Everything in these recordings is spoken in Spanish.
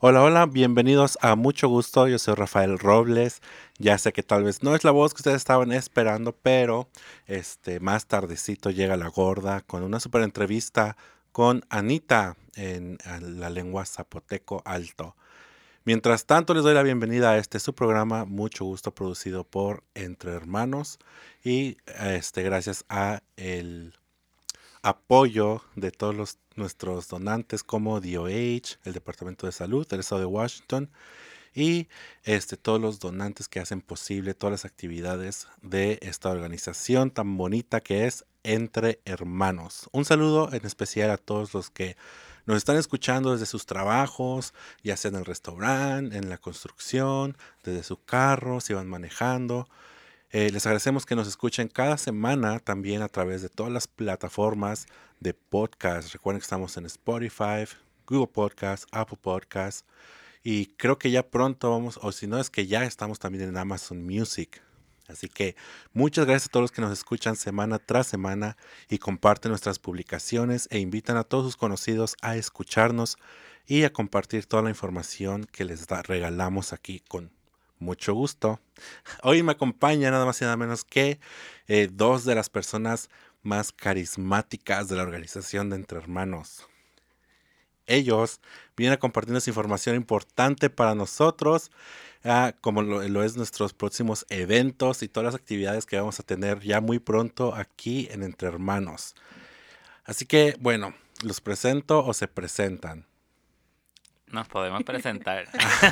Hola, hola, bienvenidos a Mucho Gusto. Yo soy Rafael Robles. Ya sé que tal vez no es la voz que ustedes estaban esperando, pero más tardecito llega la gorda con una super entrevista con Anita en la lengua zapoteco alto. Mientras tanto, les doy la bienvenida a su programa Mucho Gusto, producido por Entre Hermanos y gracias a el apoyo de todos nuestros donantes como DOH, el Departamento de Salud del Estado de Washington y todos los donantes que hacen posible todas las actividades de esta organización tan bonita que es Entre Hermanos. Un saludo en especial a todos los que nos están escuchando desde sus trabajos, ya sea en el restaurante, en la construcción, desde su carro, si van manejando. Les agradecemos que nos escuchen cada semana también a través de todas las plataformas de podcast. Recuerden que estamos en Spotify, Google Podcast, Apple Podcast y creo que ya pronto vamos, o si no es que ya estamos también en Amazon Music. Así que muchas gracias a todos los que nos escuchan semana tras semana y comparten nuestras publicaciones e invitan a todos sus conocidos a escucharnos y a compartir toda la información que les regalamos aquí con mucho gusto. Hoy me acompaña nada más y nada menos que dos de las personas más carismáticas de la organización de Entre Hermanos. Ellos vienen a compartirnos información importante para nosotros, como lo es nuestros próximos eventos y todas las actividades que vamos a tener ya muy pronto aquí en Entre Hermanos. Así que, bueno, ¿los presento o se presentan? Nos podemos presentar.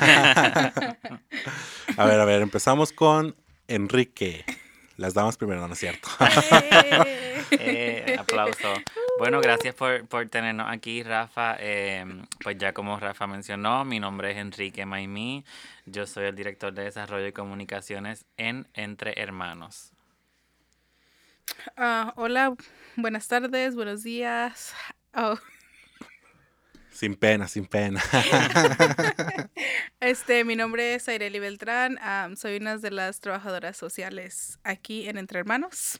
A ver, empezamos con Enrique. Las damas primero, ¿no es cierto? Aplauso. Bueno, gracias por tenernos aquí, Rafa. Pues ya como Rafa mencionó, mi nombre es Enrique Maimí. Yo soy el director de Desarrollo y Comunicaciones en Entre Hermanos. Hola, buenas tardes, buenos días. Oh, Sin pena, sin pena. mi nombre es Aireli Beltrán. Soy una de las trabajadoras sociales aquí en Entre Hermanos.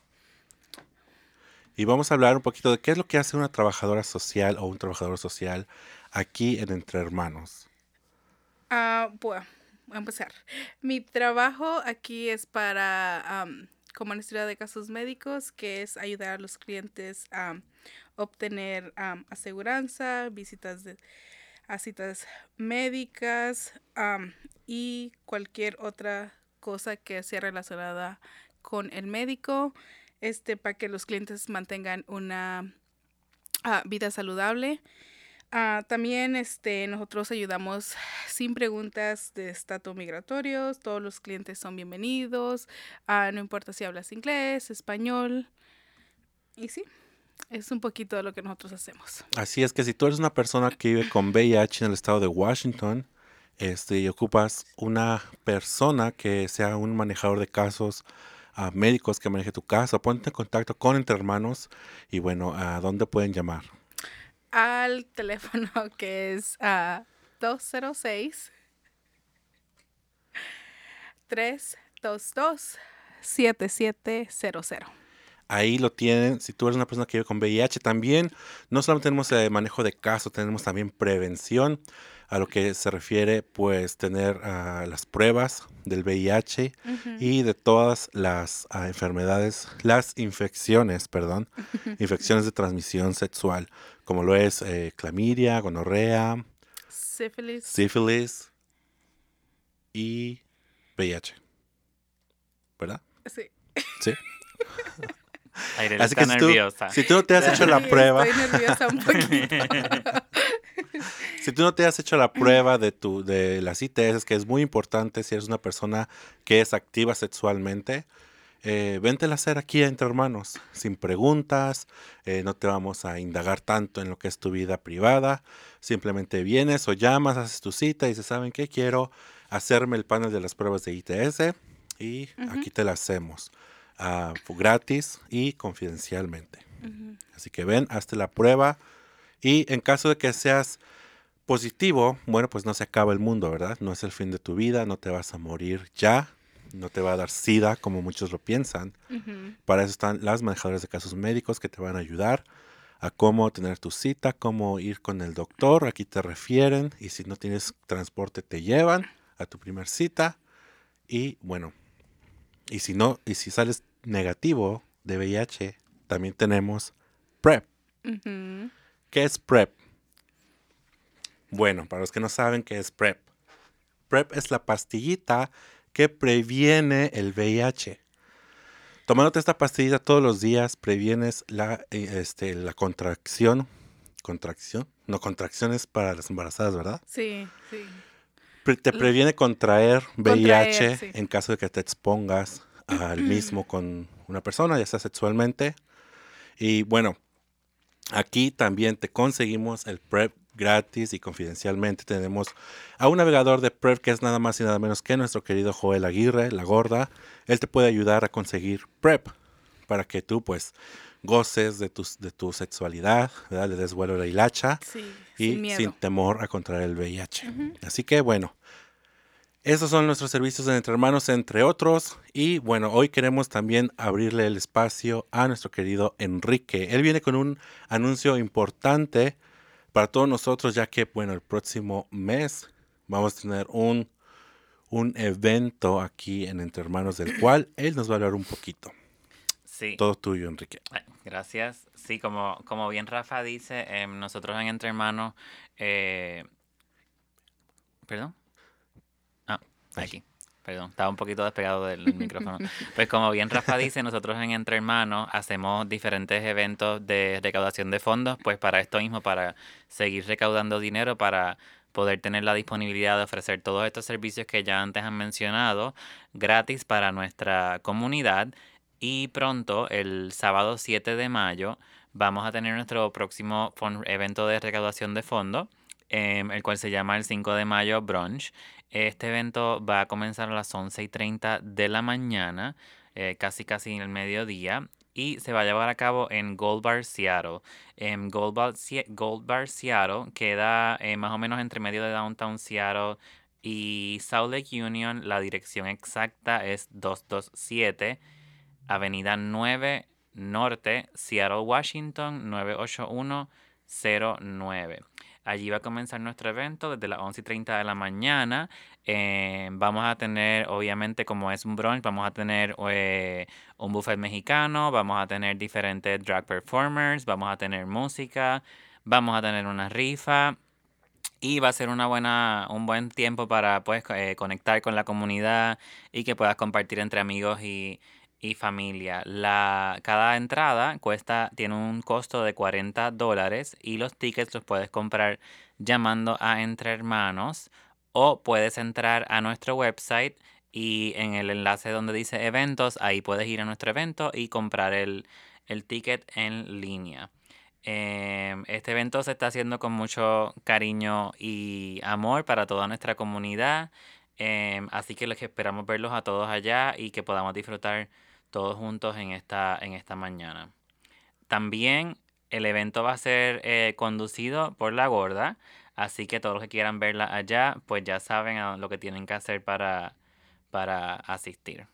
Y vamos a hablar un poquito de qué es lo que hace una trabajadora social o un trabajador social aquí en Entre Hermanos. Bueno, voy a empezar. Mi trabajo aquí es para como administradora de casos médicos, que es ayudar a los clientes a obtener aseguranza, visitas a citas médicas y cualquier otra cosa que sea relacionada con el médico, para que los clientes mantengan una vida saludable. También nosotros ayudamos sin preguntas de estatus migratorios. Todos los clientes son bienvenidos. No importa si hablas inglés, español. Y sí, es un poquito de lo que nosotros hacemos. Así es que si tú eres una persona que vive con VIH en el estado de Washington, y ocupas una persona que sea un manejador de casos médicos que maneje tu caso, ponte en contacto con Entre Hermanos y bueno, ¿a dónde pueden llamar? Al teléfono que es 206 322 7700. Ahí lo tienen. Si tú eres una persona que vive con VIH, también no solamente tenemos manejo de casos, tenemos también prevención a lo que se refiere, pues, tener las pruebas del VIH y de todas las enfermedades, las infecciones, perdón, infecciones de transmisión sexual, como lo es clamidia, gonorrea, sífilis y VIH. ¿Verdad? Sí. Sí. Aireli Así está que nerviosa. si tú no te has hecho la prueba, Estoy nerviosa un poquito. si tú no te has hecho la prueba de las ITS, que es muy importante si eres una persona que es activa sexualmente, véntela a hacer aquí Entre Hermanos, sin preguntas, no te vamos a indagar tanto en lo que es tu vida privada, simplemente vienes o llamas, haces tu cita y dices, ¿saben qué? Quiero hacerme el panel de las pruebas de ITS y aquí te la hacemos. Gratis y confidencialmente. Así que ven, hazte la prueba y en caso de que seas positivo, bueno, pues no se acaba el mundo, ¿verdad? No es el fin de tu vida, no te vas a morir ya, no te va a dar SIDA como muchos lo piensan. Para eso están las manejadoras de casos médicos que te van a ayudar a cómo tener tu cita, cómo ir con el doctor. Aquí te refieren y si no tienes transporte te llevan a tu primer cita. Y bueno, y si sales negativo de VIH, también tenemos PrEP. Ujú. ¿Qué es PrEP? Bueno, para los que no saben qué es PrEP. PrEP es la pastillita que previene el VIH. Tomándote esta pastillita todos los días previenes la contracción. ¿Contracción? No, contracción es para las embarazadas, ¿verdad? Sí, sí. Te L- previene contraer Contraer, VIH sí. en caso de que te expongas al mismo con una persona, ya sea sexualmente. Y bueno, aquí también te conseguimos el PrEP gratis y confidencialmente. Tenemos a un navegador de PrEP que es nada más y nada menos que nuestro querido Joel Aguirre, la gorda. Él te puede ayudar a conseguir PrEP para que tú pues goces de tu sexualidad, ¿verdad? Le des vuelo a la hilacha Sí, sin y sin miedo. temor a contraer el VIH. Ujú. Así que bueno, esos son nuestros servicios de Entre Hermanos, entre otros. Y bueno, hoy queremos también abrirle el espacio a nuestro querido Enrique. Él viene con un anuncio importante para todos nosotros, ya que, bueno, el próximo mes vamos a tener un evento aquí en Entre Hermanos, del cual él nos va a hablar un poquito. Sí. Todo tuyo, Enrique. Gracias. Sí, como bien Rafa dice, nosotros en Entre Hermanos, ¿perdón? Ah, Ay. aquí. Perdón, estaba un poquito despegado del micrófono. Pues como bien Rafa dice, nosotros en Entre Hermanos hacemos diferentes eventos de recaudación de fondos, pues para esto mismo, para seguir recaudando dinero, para poder tener la disponibilidad de ofrecer todos estos servicios que ya antes han mencionado, gratis para nuestra comunidad. Y pronto, el sábado 7 de mayo, vamos a tener nuestro próximo evento de recaudación de fondos, el cual se llama el 5 de mayo Brunch. Este evento va a comenzar a las 11:30 de la mañana, casi en el mediodía, y se va a llevar a cabo en Gold Bar Seattle. Gold Bar Seattle queda más o menos entre medio de Downtown Seattle y Salt Lake Union. La dirección exacta es 227 Avenida 9 Norte, Seattle, Washington, 98109. Allí va a comenzar nuestro evento desde las 11:30 de la mañana. Vamos a tener, obviamente, como es un brunch, vamos a tener un buffet mexicano, vamos a tener diferentes drag performers, vamos a tener música, vamos a tener una rifa. Y va a ser un buen tiempo para pues, conectar con la comunidad y que puedas compartir entre amigos y familia. Cada entrada tiene un costo de $40 y los tickets los puedes comprar llamando a Entre Hermanos o puedes entrar a nuestro website y en el enlace donde dice eventos, ahí puedes ir a nuestro evento y comprar el ticket en línea. Este evento se está haciendo con mucho cariño y amor para toda nuestra comunidad. Así que les esperamos verlos a todos allá y que podamos disfrutar todos juntos en esta mañana. También el evento va a ser conducido por la gorda. Así que todos los que quieran verla allá, pues ya saben lo que tienen que hacer para asistir.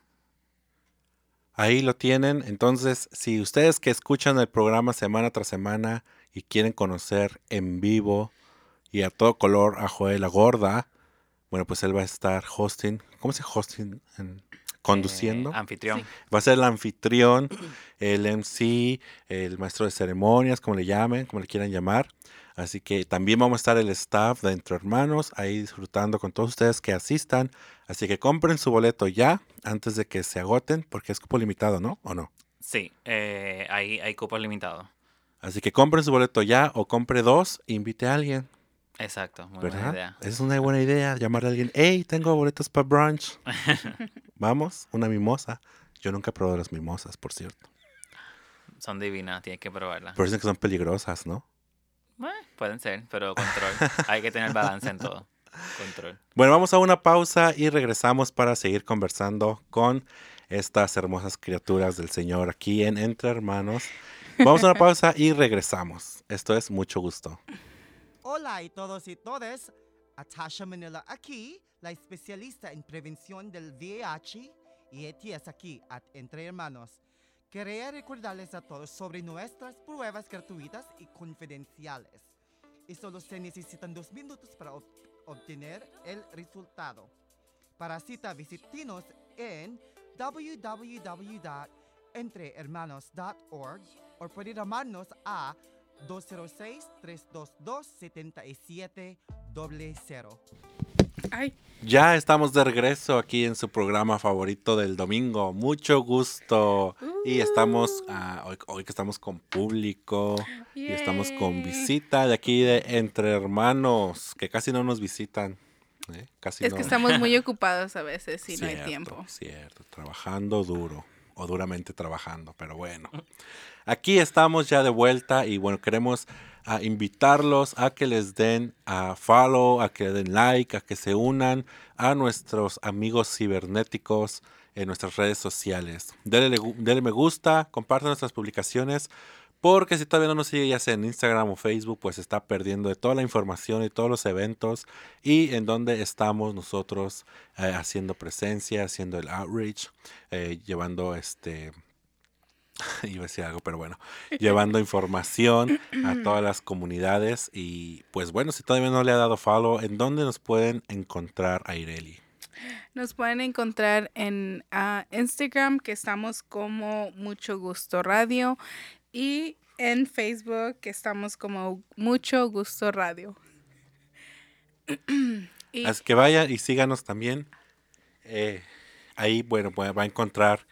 Ahí lo tienen. Entonces, si ustedes que escuchan el programa semana tras semana y quieren conocer en vivo y a todo color a Joel la gorda, bueno, pues él va a estar hosting. ¿Cómo se dice hosting? Conduciendo. Anfitrión. Sí. Va a ser el anfitrión, el MC, el maestro de ceremonias, como le llamen, como le quieran llamar. Así que también vamos a estar el staff de Entre Hermanos ahí disfrutando con todos ustedes que asistan. Así que compren su boleto ya antes de que se agoten, porque es cupo limitado, ¿no? ¿O no? Sí, hay cupos limitados. Así que compren su boleto ya o compre dos e invite a alguien, Exacto, muy buena ¿verdad? idea. Esa es una buena idea, llamar a alguien. Hey, tengo boletos para brunch. Vamos, una mimosa. Yo nunca he probado las mimosas, por cierto. Son divinas, tienes que probarlas. Pero dicen que son peligrosas, ¿no? Pueden ser, pero control. Hay que tener balance en todo. Control. Bueno, vamos a una pausa y regresamos para seguir conversando con estas hermosas criaturas del Señor aquí en Entre Hermanos. Vamos a una pausa y regresamos. Esto es Mucho Gusto. Hola y todos y todas, Atasha Manila aquí, la especialista en prevención del VIH y ETS aquí at Entre Hermanos. Quería recordarles a todos sobre nuestras pruebas gratuitas y confidenciales. Y solo se necesitan 2 minutos para obtener el resultado. Para cita, visítenos en www.entrehermanos.org o puede llamarnos a 206-322-7700. Ay, Ya estamos de regreso aquí en su programa favorito del domingo. Mucho gusto. Y estamos, hoy que estamos con público y estamos con yay. visita de aquí de Entre Hermanos, que casi no nos visitan. Casi Es no. que estamos muy ocupados a veces y no hay Cierto, tiempo. cierto. Trabajando duro o duramente trabajando, pero bueno. Aquí estamos ya de vuelta y bueno, queremos invitarlos a que les den a follow, a que le den like, a que se unan a nuestros amigos cibernéticos en nuestras redes sociales. Denle me gusta, compartan nuestras publicaciones, porque si todavía no nos sigue ya sea en Instagram o Facebook, pues está perdiendo de toda la información y todos los eventos y en donde estamos nosotros haciendo presencia, haciendo el outreach, llevando iba a decir algo, pero bueno, llevando información a todas las comunidades. Y pues bueno, si todavía no le ha dado follow, ¿en dónde nos pueden encontrar a Ireli? Nos pueden encontrar en Instagram, que estamos como Mucho Gusto Radio, y en Facebook, que estamos como Mucho Gusto Radio. Y Así que vayan y síganos también. Ahí, bueno, va a encontrar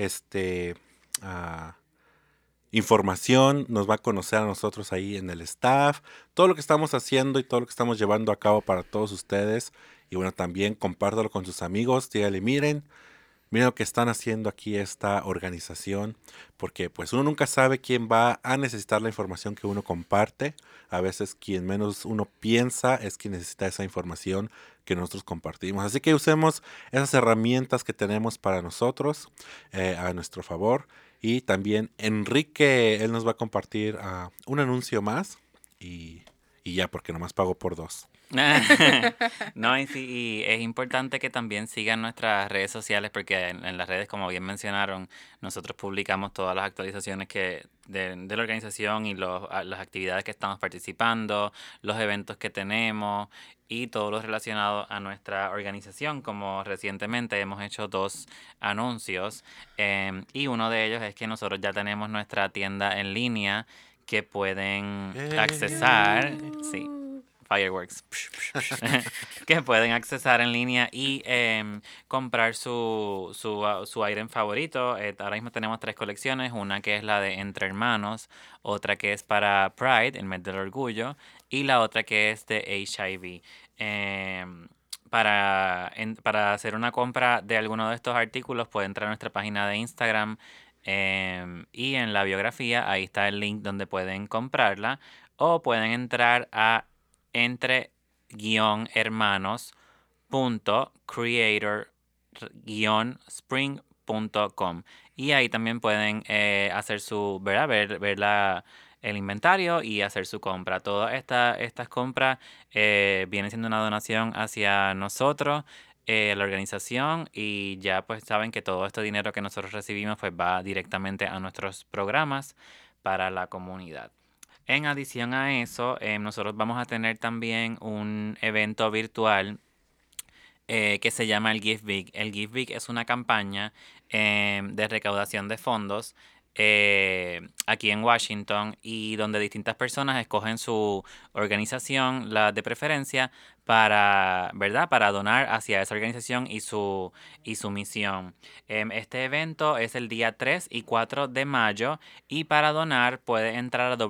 información, nos va a conocer a nosotros ahí en el staff, todo lo que estamos haciendo y todo lo que estamos llevando a cabo para todos ustedes. Y bueno, también compártalo con sus amigos, dígale, miren lo que están haciendo aquí esta organización, porque pues uno nunca sabe quién va a necesitar la información que uno comparte. A veces quien menos uno piensa es quien necesita esa información que nosotros compartimos. Así que usemos esas herramientas que tenemos para nosotros a nuestro favor. Y también Enrique, él nos va a compartir un anuncio más y ya, porque nomás pago por 2. No, y sí, y es importante que también sigan nuestras redes sociales porque en las redes, como bien mencionaron, nosotros publicamos todas las actualizaciones de la organización y las actividades que estamos participando, los eventos que tenemos y todo lo relacionado a nuestra organización. Como recientemente hemos hecho 2 anuncios y uno de ellos es que nosotros ya tenemos nuestra tienda en línea que pueden accesar. Sí. Fireworks, que pueden accesar en línea y comprar su item favorito. Ahora mismo tenemos 3 colecciones, una que es la de Entre Hermanos, otra que es para Pride, el mes del orgullo, y la otra que es de HIV. Para hacer una compra de alguno de estos artículos puede entrar a nuestra página de Instagram y en la biografía ahí está el link donde pueden comprarla, o pueden entrar a entre-hermanos.creator-spring.com y ahí también pueden hacer su, ¿verdad? Ver el inventario y hacer su compra. Todas estas compras vienen siendo una donación hacia nosotros, la organización, y ya pues saben que todo este dinero que nosotros recibimos pues va directamente a nuestros programas para la comunidad. En adición a eso, nosotros vamos a tener también un evento virtual que se llama el Give Big. El Give Big es una campaña de recaudación de fondos aquí en Washington, y donde distintas personas escogen su organización, la de preferencia, ¿verdad? Para donar hacia esa organización y su misión. Este evento es el día 3 y 4 de mayo, y para donar puede entrar a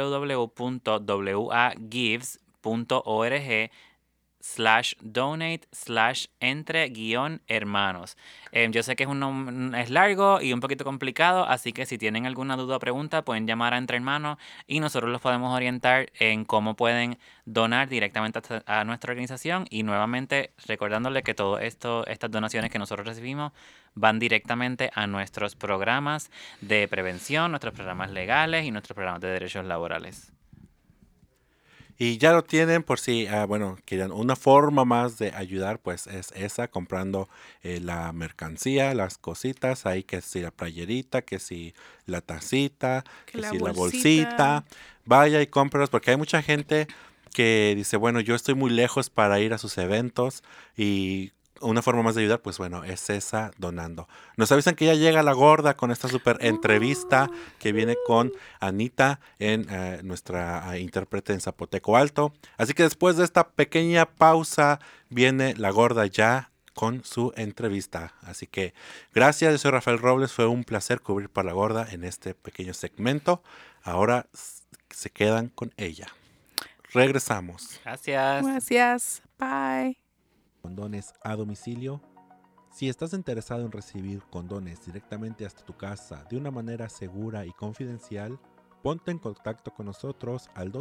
www.wagives.org/donate/entre-hermanos. Yo sé que es largo y un poquito complicado, así que si tienen alguna duda o pregunta pueden llamar a Entre Hermanos y nosotros los podemos orientar en cómo pueden donar directamente a nuestra organización. Y nuevamente recordándole que todo estas donaciones que nosotros recibimos van directamente a nuestros programas de prevención, nuestros programas legales y nuestros programas de derechos laborales. Y ya lo tienen por si, bueno, quieran una forma más de ayudar, pues es esa, comprando la mercancía, las cositas, ahí que si la playerita, que si la tacita, Que que la si la bolsita. bolsita, vaya y cómpralos, porque hay mucha gente que dice, bueno, yo estoy muy lejos para ir a sus eventos y una forma más de ayudar, pues bueno, es esa donando. Nos avisan que ya llega la gorda con esta super entrevista que viene con Anita, en nuestra intérprete en Zapoteco Alto. Así que después de esta pequeña pausa, viene la gorda ya con su entrevista. Así que gracias, yo soy Rafael Robles, fue un placer cubrir para la gorda en este pequeño segmento. Ahora se quedan con ella. Regresamos. Gracias. Gracias. Bye. Condones a domicilio. Si estás interesado en recibir condones directamente hasta tu casa de una manera segura y confidencial, ponte en contacto con nosotros al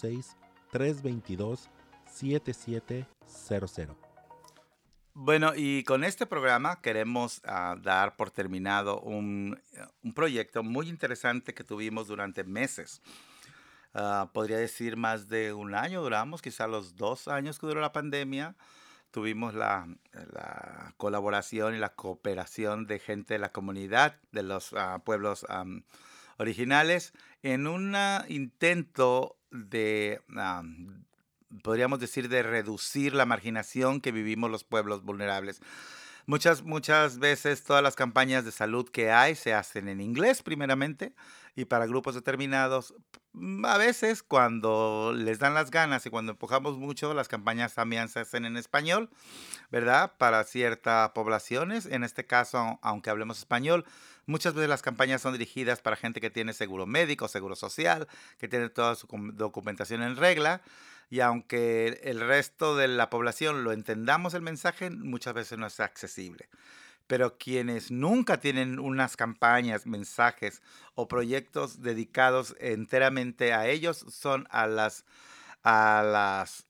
206-322-7700. Bueno, y con este programa queremos dar por terminado un proyecto muy interesante que tuvimos durante meses. Podría decir más de un año duramos, quizá los 2 años que duró la pandemia. Tuvimos la colaboración y la cooperación de gente de la comunidad, de los pueblos originales, en un intento de, podríamos decir, de reducir la marginación que vivimos los pueblos vulnerables. Muchas veces todas las campañas de salud que hay se hacen en inglés primeramente y para grupos determinados. A veces cuando les dan las ganas y cuando empujamos mucho, las campañas también se hacen en español, ¿verdad? Para ciertas poblaciones. En este caso, aunque hablemos español, muchas veces las campañas son dirigidas para gente que tiene seguro médico, seguro social, que tiene toda su documentación en regla. Y aunque el resto de la población lo entendamos el mensaje, muchas veces no es accesible. Pero quienes nunca tienen unas campañas, mensajes o proyectos dedicados enteramente a ellos son a las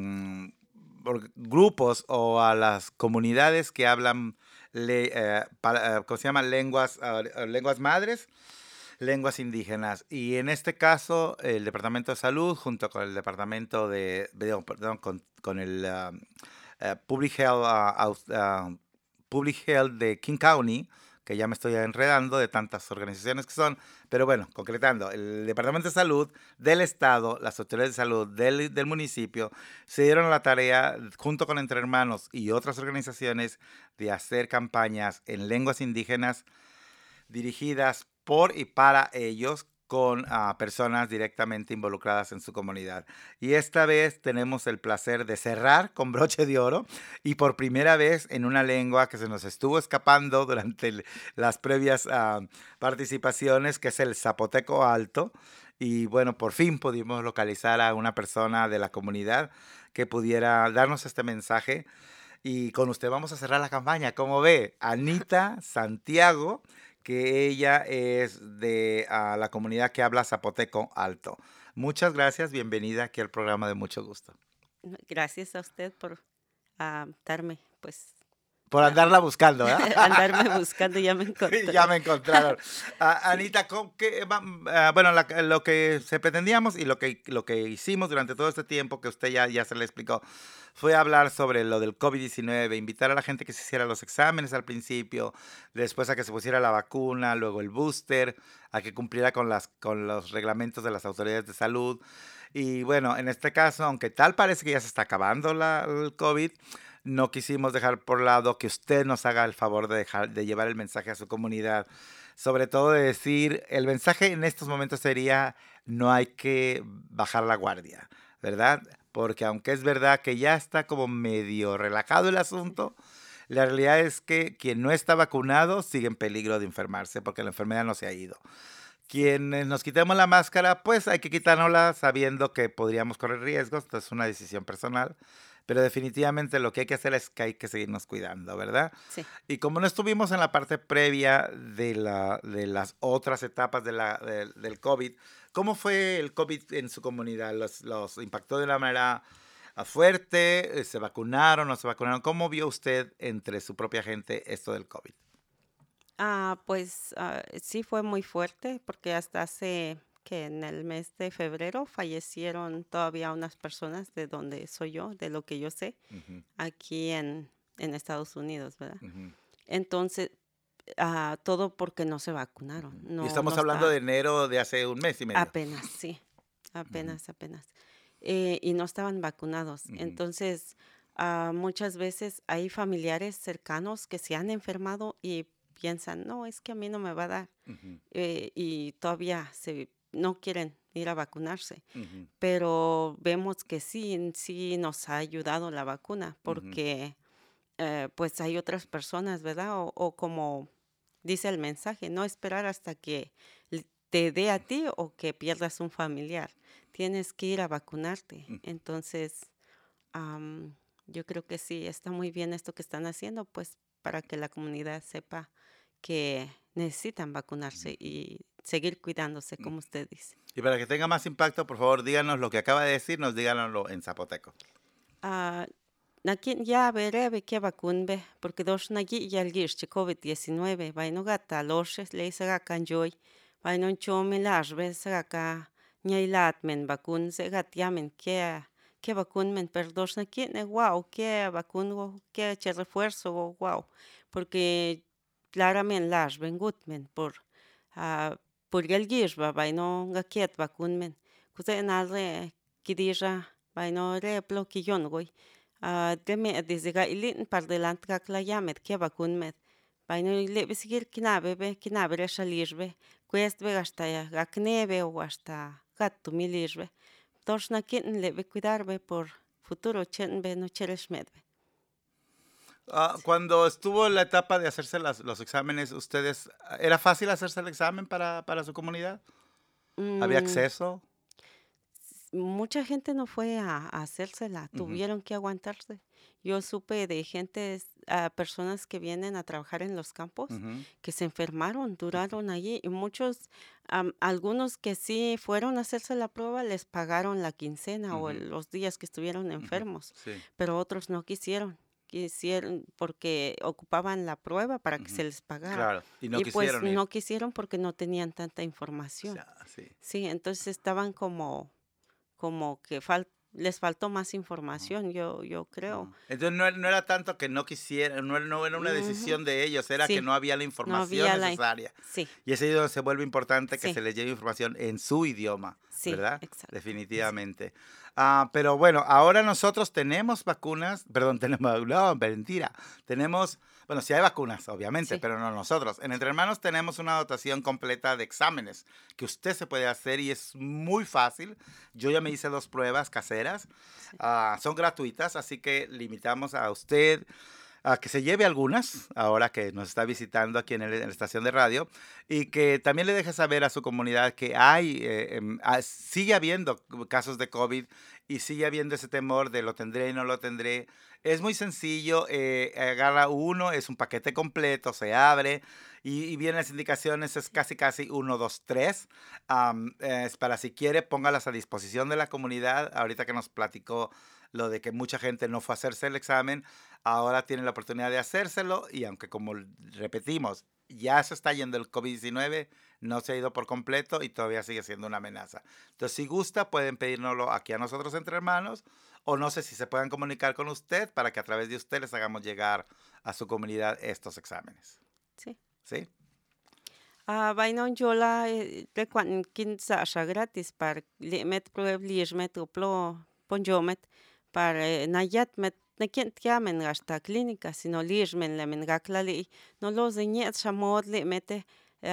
grupos o a las comunidades que hablan, ¿cómo se llama? Lenguas madres, lenguas indígenas. Y en este caso, el Departamento de Salud, junto con el Departamento perdón, con el Public Health de King County, que ya me estoy enredando de tantas organizaciones que son, pero bueno, concretando, el Departamento de Salud del Estado, las autoridades de salud del municipio, se dieron a la tarea, junto con Entre Hermanos y otras organizaciones, de hacer campañas en lenguas indígenas dirigidas por y para ellos con personas directamente involucradas en su comunidad. Y esta vez tenemos el placer de cerrar con broche de oro y por primera vez en una lengua que se nos estuvo escapando durante las previas participaciones, que es el Zapoteco Alto. Y bueno, por fin pudimos localizar a una persona de la comunidad que pudiera darnos este mensaje. Y con usted vamos a cerrar la campaña. ¿Cómo ve? Anita Santiago, que ella es de la comunidad que habla Zapoteco Alto. Muchas gracias, bienvenida aquí al programa de Mucho Gusto. Gracias a usted por darme, pues, Por andarla buscando, ¿verdad? andarme buscando, ya me encontré. Ya me encontraron. Anita, bueno, lo que se pretendíamos y lo que hicimos durante todo este tiempo, que usted ya se le explicó, fue hablar sobre lo del COVID-19, invitar a la gente que se hiciera los exámenes al principio, después a que se pusiera la vacuna, luego el booster, a que cumpliera con los reglamentos de las autoridades de salud. Y bueno, en este caso, aunque tal parece que ya se está acabando el COVID, no quisimos dejar por lado que usted nos haga el favor de llevar el mensaje a su comunidad. Sobre todo de decir, el mensaje en estos momentos sería, no hay que bajar la guardia, ¿verdad? Porque aunque es verdad que ya está como medio relajado el asunto, la realidad es que quien no está vacunado sigue en peligro de enfermarse porque la enfermedad no se ha ido. Quienes nos quitemos la máscara, pues hay que quitárnosla sabiendo que podríamos correr riesgos, esto es una decisión personal, pero definitivamente lo que hay que hacer es que hay que seguirnos cuidando, ¿verdad? Sí. Y como no estuvimos en la parte previa de las otras etapas del COVID, ¿cómo fue el COVID en su comunidad? ¿Los impactó de una manera fuerte? ¿Se vacunaron o no se vacunaron? ¿Cómo vio usted entre su propia gente esto del COVID? Pues sí fue muy fuerte porque hasta hace que en el mes de febrero fallecieron todavía unas personas de donde soy yo, de lo que yo sé, Ujú, aquí en Estados Unidos, ¿verdad? ujú. Entonces, todo porque no se vacunaron. Y No, estamos no hablando de está enero de hace un mes y medio. apenas, sí, Ujú, apenas. Y no estaban vacunados. ujú, Entonces, muchas veces hay familiares cercanos que se han enfermado y piensan, no, es que a mí no me va a dar. ujú, Y todavía no quieren ir a vacunarse. ujú, Pero vemos que sí nos ha ayudado la vacuna ujú. porque pues hay otras personas, ¿verdad? O como dice el mensaje, no esperar hasta que te dé a ti o que pierdas un familiar. Tienes que ir a vacunarte. Mm. Entonces, yo creo que sí, está muy bien esto que están haciendo, pues para que la comunidad sepa que necesitan vacunarse y seguir cuidándose, como usted dice. Y para que tenga más impacto, por favor, díganos lo que acaba de decirnos, díganoslo en zapoteco. Ah, Nakin ya berebe que vacunbe, porque dos nagi ya el COVID-19, vaino gata loshes le se gakan joy, vaino chomi lashbe se gaka nyailat men vacun se gatiamen que vacunmen, pero dos nakin wow, que vacungo, que che refuerzo wow, porque claramente lashben gutmen por el gishba vaino gakiet vacunmen, kuze nalre kidija vaino re plo kiyon goy. Deme desde gailin par delante yamet ke vacunmet. Paino le besigir kinabe reshalirbe. Quest ve hasta gaknebe o hasta gatto milirbe. Toshna kin le be cuidarbe por futuro chenbe no chereshmedbe. Cuando estuvo la etapa de hacerse los exámenes, ¿ustedes, era fácil hacerse el examen para su comunidad? ¿Había Mm, acceso? Mucha gente no fue a hacérsela, Ujú, tuvieron que aguantarse. Yo supe de personas que vienen a trabajar en los campos, ujú, que se enfermaron, duraron allí, y muchos, algunos que sí fueron a hacerse la prueba, les pagaron la quincena o ujú, los días que estuvieron ujú. enfermos, Sí. pero otros no quisieron porque ocupaban la prueba para que se Ujú. les pagara. Claro. Y no Y pues quisieron ir. no quisieron porque no tenían tanta O información. sea, sí. Sí, entonces estaban como que les faltó más Ajá, información, yo creo. ajá. Entonces no era tanto que no quisieran, no era una Ujú. decisión de ellos, era que Sí, no había la no información había necesaria. sí, Y es ahí donde se vuelve importante que se sí, les lleve información en su idioma, sí, ¿verdad? exacto. Sí. Definitivamente. Pero bueno, ahora nosotros tenemos vacunas, perdón, no, mentira. Tenemos, bueno, sí hay vacunas, obviamente, Sí. pero no nosotros. En Entre Hermanos tenemos una dotación completa de exámenes que usted se puede hacer y es muy fácil. Yo ya me hice 2 pruebas caseras. Sí. Son gratuitas, así que limitamos a usted a que se lleve algunas, ahora que nos está visitando aquí en la estación de radio, y que también le deje saber a su comunidad que sigue habiendo casos de COVID y sigue habiendo ese temor de lo tendré y no lo tendré. Es muy sencillo, agarra uno, es un paquete completo, se abre y vienen las indicaciones, es casi 1, 2, 3. Es para si quiere, póngalas a disposición de la comunidad. Ahorita que nos platicó lo de que mucha gente no fue a hacerse el examen, ahora tiene la oportunidad de hacérselo y aunque como repetimos, ya se está yendo el COVID-19, no se ha ido por completo y todavía sigue siendo una amenaza. Entonces, si gusta, pueden pedírnoslo aquí a nosotros Entre Hermanos o no sé si se puedan comunicar con usted para que a través de usted les hagamos llegar a su comunidad estos exámenes. Sí. ¿Sí? Vainon yola recuan kin sasha gratis par limet proeblishmet uplo ponjomet par nayat met nekin tiamen hasta clínica sino lishmen lemen gaklali no los niñet shamod limete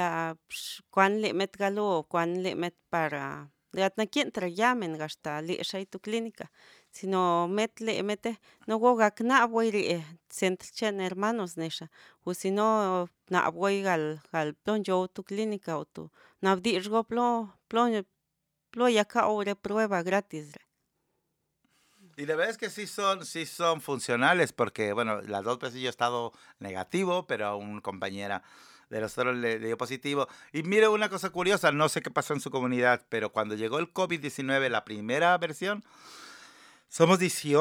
kwan limet galo kwan limet para gat nekin trayamen hasta li shay tu clínica sino met limete no go gakna boiri centchen hermanos nesha o si no na voy al plon yo tu clínica o tu na go plo ya ka ore prueba gratis. Y la verdad es que sí son funcionales porque, bueno, las 2 veces yo he estado negativo, pero a una compañera de nosotros le dio positivo. Y mire una cosa curiosa, no sé qué pasó en su comunidad, pero cuando llegó el COVID-19, la primera versión, somos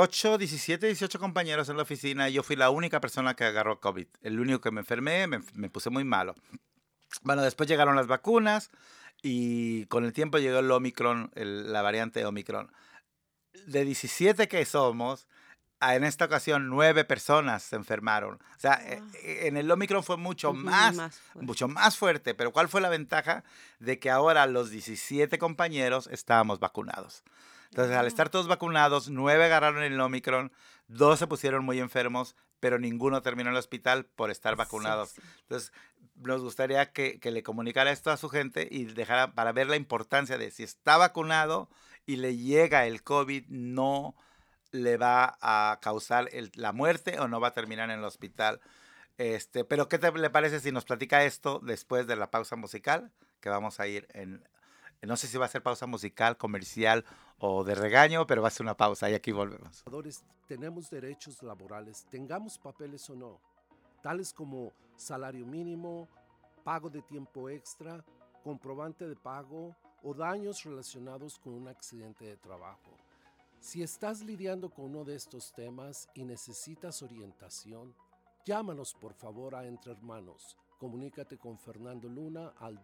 18 compañeros en la oficina y yo fui la única persona que agarró COVID. El único que me enfermé, me puse muy malo. Bueno, después llegaron las vacunas y con el tiempo llegó el Omicron, la variante Omicron. De 17 que somos, en esta ocasión 9 personas se enfermaron. O sea, en el Omicron fue mucho más fuerte. Pero ¿cuál fue la ventaja? De que ahora los 17 compañeros estábamos vacunados. Entonces, al estar todos vacunados, 9 agarraron el Omicron, 2 se pusieron muy enfermos, pero ninguno terminó en el hospital por estar vacunados. Sí. Entonces, nos gustaría que le comunicara esto a su gente y dejara para ver la importancia de si está vacunado y le llega el COVID, no le va a causar la muerte o no va a terminar en el hospital. Pero ¿qué le parece si nos platica esto después de la pausa musical? Que vamos a ir no sé si va a ser pausa musical, comercial o de regaño, pero va a ser una pausa y aquí volvemos. Tenemos derechos laborales, tengamos papeles o no, tales como salario mínimo, pago de tiempo extra, comprobante de pago o daños relacionados con un accidente de trabajo. Si estás lidiando con uno de estos temas y necesitas orientación, llámanos por favor a Entre Hermanos. Comunícate con Fernando Luna al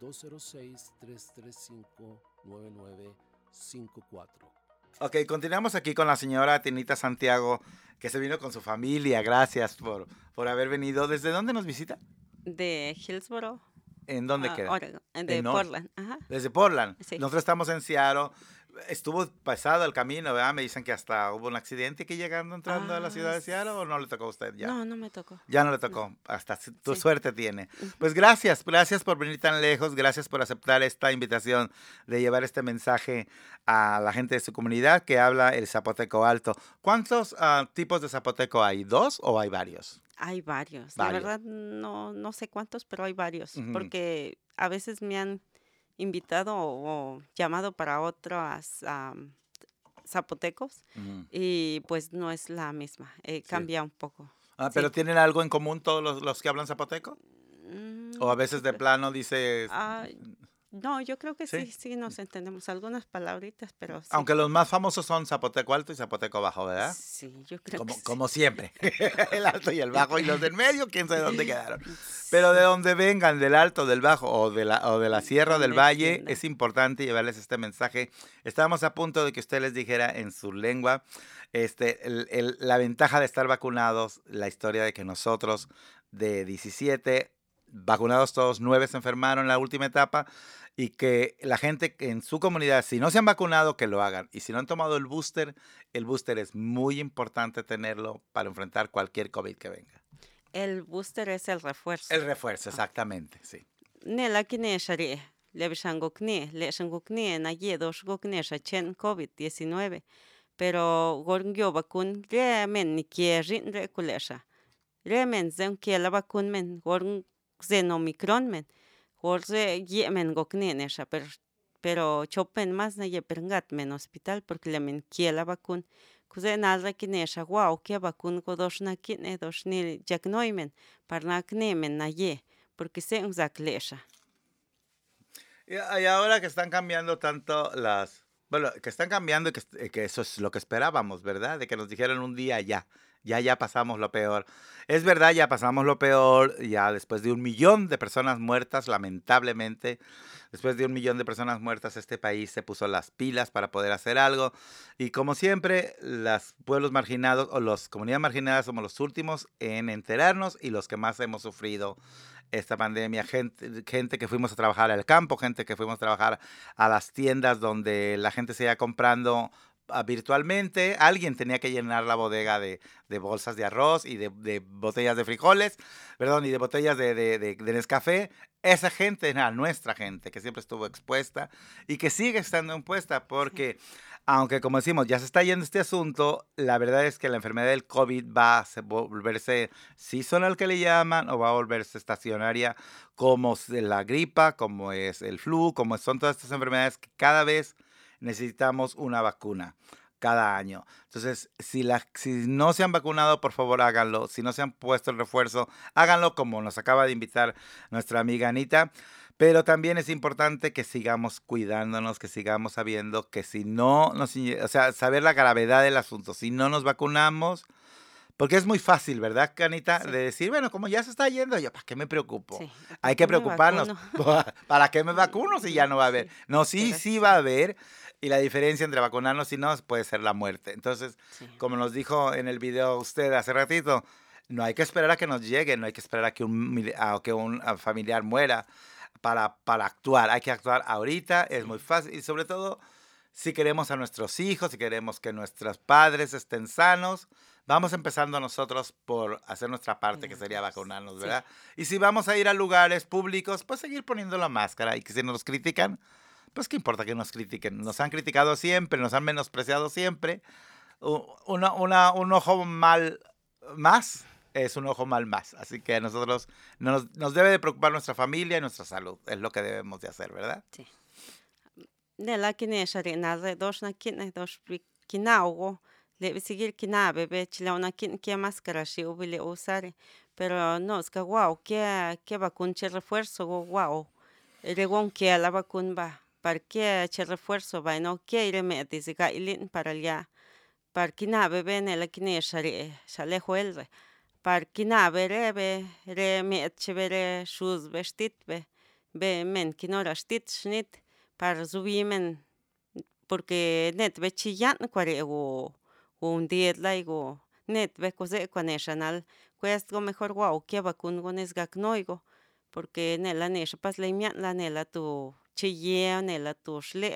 206-335-9954. Ok, continuamos aquí con la señora Tinita Santiago, que se vino con su familia. Gracias por haber venido. ¿Desde dónde nos visita? De Hillsboro. ¿En dónde queda? Oregon, de Portland. Ajá. Desde Portland. Sí. Nosotros estamos en Seattle. Estuvo pasado el camino, ¿verdad? Me dicen que hasta hubo un accidente que entrando a la ciudad de Seattle, ¿o no le tocó a usted ya? No, no me tocó. Ya no le tocó. Hasta tu Sí. suerte tiene. Pues gracias por venir tan lejos. Gracias por aceptar esta invitación de llevar este mensaje a la gente de su comunidad que habla el zapoteco alto. ¿Cuántos tipos de zapoteco hay? ¿2 o hay varios? Hay varios. Varios. La verdad no sé cuántos, pero hay varios. Ujú. Porque a veces me han invitado o llamado para otros zapotecos Ujú. y pues no es la misma. Cambia un poco. ¿Pero Sí. tienen algo en común todos los que hablan zapoteco? ¿O a veces de plano dices... No, yo creo que ¿Sí? sí nos entendemos algunas palabritas, pero sí. Aunque los más famosos son zapoteco alto y zapoteco bajo, ¿verdad? Sí, yo creo que sí. Como siempre. El alto y el bajo, y los del medio, quién sabe dónde quedaron. Pero de donde vengan, del alto, del bajo o de la sierra o del Donde valle, quiera. es importante llevarles este mensaje. Estábamos a punto de que usted les dijera en su lengua la ventaja de estar vacunados, la historia de que nosotros de 17 vacunados todos, 9 se enfermaron en la última etapa, y que la gente en su comunidad, si no se han vacunado, que lo hagan. Y si no han tomado el booster es muy importante tenerlo para enfrentar cualquier COVID que venga. El booster es el refuerzo. El refuerzo, exactamente, sí. Nela kine shari, lebishangokni, leshangokni, naye doshgokni shachen COVID-19. Pero gorngyo bakun remen ni kierin rekulesha. Remen zen kiela bakun men gorng zen omicron men. Gorze yemen gokni nesha, pero chopen más na yeperngat men hospital porque le men kiela bakun. Kuze nalra kinesha wow que bakun ko doshna kine doshni jaknoimen parna knemen na ye porque se unzaklesha. Y ahora que están cambiando tanto que están cambiando y que eso es lo que esperábamos, ¿verdad? De que nos dijeran un día ya pasamos lo peor. Es verdad, ya pasamos lo peor, ya después de 1 millón de personas muertas, lamentablemente, después de 1 millón de personas muertas, este país se puso las pilas para poder hacer algo. Y como siempre, los pueblos marginados o las comunidades marginadas somos los últimos en enterarnos y los que más hemos sufrido esta pandemia. Gente que fuimos a trabajar al campo, gente que fuimos a trabajar a las tiendas donde la gente se iba comprando virtualmente. Alguien tenía que llenar la bodega de bolsas de arroz y de botellas de frijoles, perdón, y de botellas de Nescafé. Esa gente era nuestra gente que siempre estuvo expuesta y que sigue estando expuesta porque, aunque como decimos, ya se está yendo este asunto, la verdad es que la enfermedad del COVID va a volverse seasonal que le llaman, o va a volverse estacionaria como la gripa, como es el flu, como son todas estas enfermedades que cada vez necesitamos una vacuna cada año. Entonces, si no se han vacunado, por favor háganlo. Si no se han puesto el refuerzo, háganlo, como nos acaba de invitar nuestra amiga Anita. Pero también es importante que sigamos cuidándonos, que sigamos sabiendo que si no saber la gravedad del asunto. Si no nos vacunamos, Porque es muy fácil, ¿verdad, Canita? Sí. De decir, bueno, como ya se está yendo, yo, ¿para qué me preocupo? Sí, Hay ¿para que qué me preocuparnos. vacuno? ¿Para qué me vacuno si ya no va a haber? Sí, No, sí, pero sí sí, va a haber. Y la diferencia entre vacunarnos y no puede ser la muerte. Entonces, sí, como nos dijo en el video usted hace ratito, no hay que esperar a que nos llegue, no hay que esperar a que un familiar muera para actuar. Hay que actuar ahorita, es muy sí, fácil. Y sobre todo, si queremos a nuestros hijos, si queremos que nuestros padres estén sanos, vamos empezando nosotros por hacer nuestra parte, que sería cuidarnos. vacunarnos, Sí, ¿verdad? Y si vamos a ir a lugares públicos, pues seguir poniendo la máscara. Y que si nos critican, pues qué importa que nos critiquen. Nos han criticado siempre, nos han menospreciado siempre. Un ojo mal más es un ojo mal más. Así que a nosotros nos debe de preocupar nuestra familia y nuestra salud. Es lo que debemos de hacer, ¿verdad? sí. Nela kine shari nalre dos na kine dos kinaugo le seguir kina bebe chila una kin que máscara shi ubile usare pero no es que wow que vacun che refuerzo wow regon que la vacun va para que che refuerzo va no que ir me dice ga ilin para ya para kina bebe nela kine shari shale huelre para kina bere be re me chevere shoes vestit be men kinora stit schnit para subimen porque net be chillan kware o un diet laigo net be cose kwaneshanal cuesto mejor wow que vacun gones gaknoigo porque nela nesh pas la imian la nela tu chille nela tu shle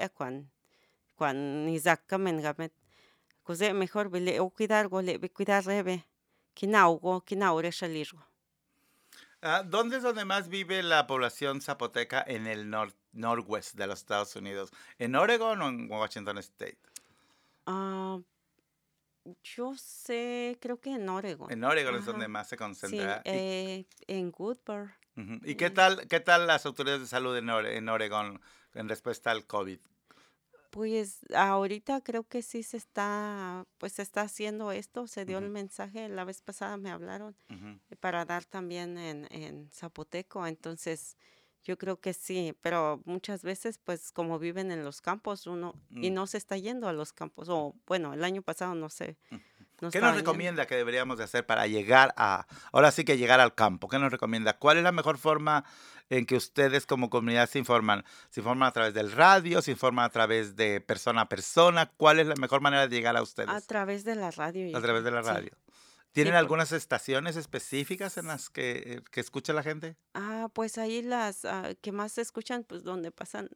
kwan izakamen gamet cose mejor bele o cuidar gole be cuidar rebe kinaure shalirgo. ¿Dónde es donde más vive la población zapoteca en el northwest de los Estados Unidos? ¿En Oregon o en Washington State? Ah, yo sé, creo que en Oregon. En Oregon es donde Ajá. más se Sí, concentra. en Woodburn. Ujú. ¿Y eh, qué tal las autoridades de salud en Oregon en respuesta al COVID? Pues ahorita creo que sí pues se está haciendo esto, se dio el Ujú, mensaje, la vez pasada me hablaron ujú. para dar también en zapoteco, entonces yo creo que sí, pero muchas veces pues como viven en los campos y Mm. no se está yendo a los campos, o bueno, el año pasado no sé, no ¿Qué nos estaban yendo. recomienda que deberíamos de hacer para llegar ahora sí que llegar al campo? ¿Qué nos recomienda? ¿Cuál es la mejor forma en que ustedes como comunidad se informan? ¿Se informan a través del radio? ¿Se informan a través de persona a persona? ¿Cuál es la mejor manera de llegar a A ustedes? través de la radio, A yo través creo, de la sí, radio. sí, ¿Tienen algunas estaciones específicas en las que escucha la gente? pues ahí las que más se escuchan, pues donde pasan,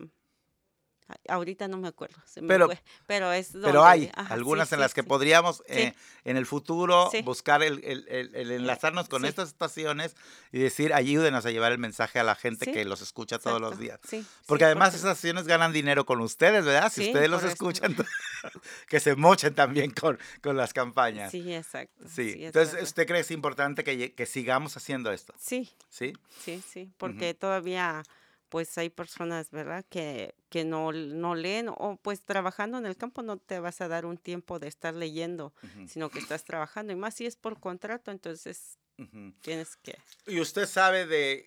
ahorita no me acuerdo, se me Pero, fue, pero es pero hay donde, ajá, sí, algunas en sí, las que sí, podríamos sí, en el futuro sí, buscar el enlazarnos con sí, estas estaciones y decir, ayúdenos a llevar el mensaje a la gente sí, que los escucha todos los exacto, días. sí, Porque sí, además porque esas estaciones ganan dinero con ustedes, ¿verdad? Si sí, ustedes los por eso, escuchan, que se mochen también con las campañas. sí, exacto, Sí, sí, es entonces, verdad, ¿usted cree que es importante que sigamos haciendo esto? sí, ¿Sí? sí, sí, Ujú, porque todavía, pues hay personas, ¿verdad? Que no leen o pues trabajando en el campo no te vas a dar un tiempo de estar leyendo, ujú, sino que estás trabajando y más si es por contrato, entonces ujú. tienes que. ¿Y usted sabe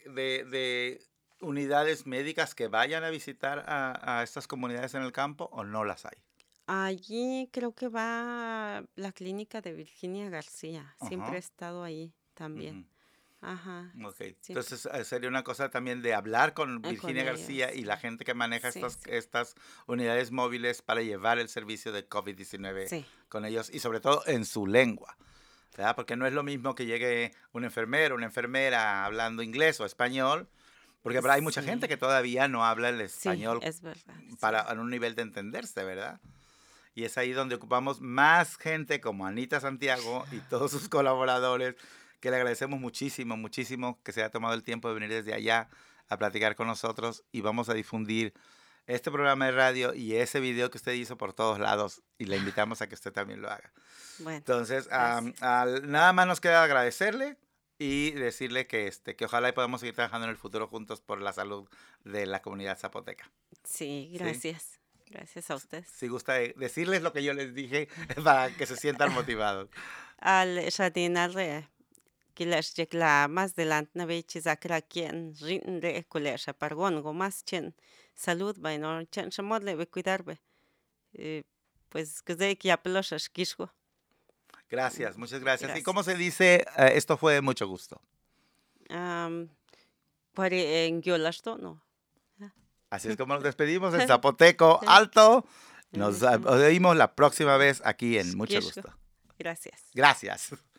de unidades médicas que vayan a visitar a estas comunidades en el campo o no las hay? Allí creo que va la clínica de Virginia García. Siempre he Ajá. estado ahí también. Ujú. Ajá. Ok, Siempre entonces sería una cosa también de hablar con con Virginia ellos. García y la gente que maneja Sí, sí, estas unidades móviles para llevar el servicio de COVID-19 sí, con ellos y sobre todo en su lengua, ¿verdad? Porque no es lo mismo que llegue un enfermero, una enfermera hablando inglés o español, porque hay mucha gente sí, que todavía no habla el sí, español es verdad. para Sí, en un nivel de entenderse, ¿verdad? Y es ahí donde ocupamos más gente como Anita Santiago y todos sus colaboradores, que le agradecemos muchísimo, muchísimo que se haya tomado el tiempo de venir desde allá a platicar con nosotros y vamos a difundir este programa de radio y ese video que usted hizo por todos lados y le invitamos a que usted también lo haga. bueno, Entonces, gracias. nada más nos queda agradecerle y decirle que ojalá y podamos seguir trabajando en el futuro juntos por la salud de la comunidad zapoteca. Sí, ¿Sí? gracias. Gracias a ustedes. Si gusta decirles lo que yo les dije para que se sientan motivados. Al Shadinarre, que las la más adelante na vechi zakra quien rin de colesha pargon go más chen salud bueno chen chamot le cuidarbe. Pues que de que ya pelosas quisco. Gracias, muchas gracias. ¿Y Gracias. cómo se dice esto fue de mucho gusto? Pare en Gyolasto, no. Así es como nos despedimos en zapoteco alto. Nos oímos la próxima vez aquí en Mucho Skishko. Gusto. Gracias. Gracias.